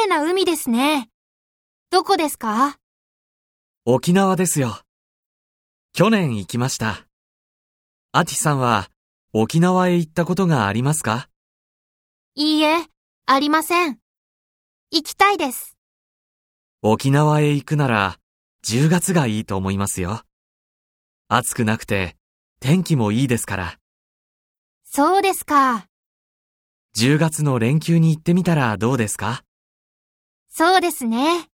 麗な海ですね。どこですか？ 沖縄ですよ。去年行きました。アティさんは沖縄へ行ったことがありますか？ いいえ、ありません。行きたいです。 沖縄へ行くなら10月がいいと思いますよ。暑くなくて天気もいいですから。 そうですか。 10月の連休に行ってみたらどうですか？ そうですね。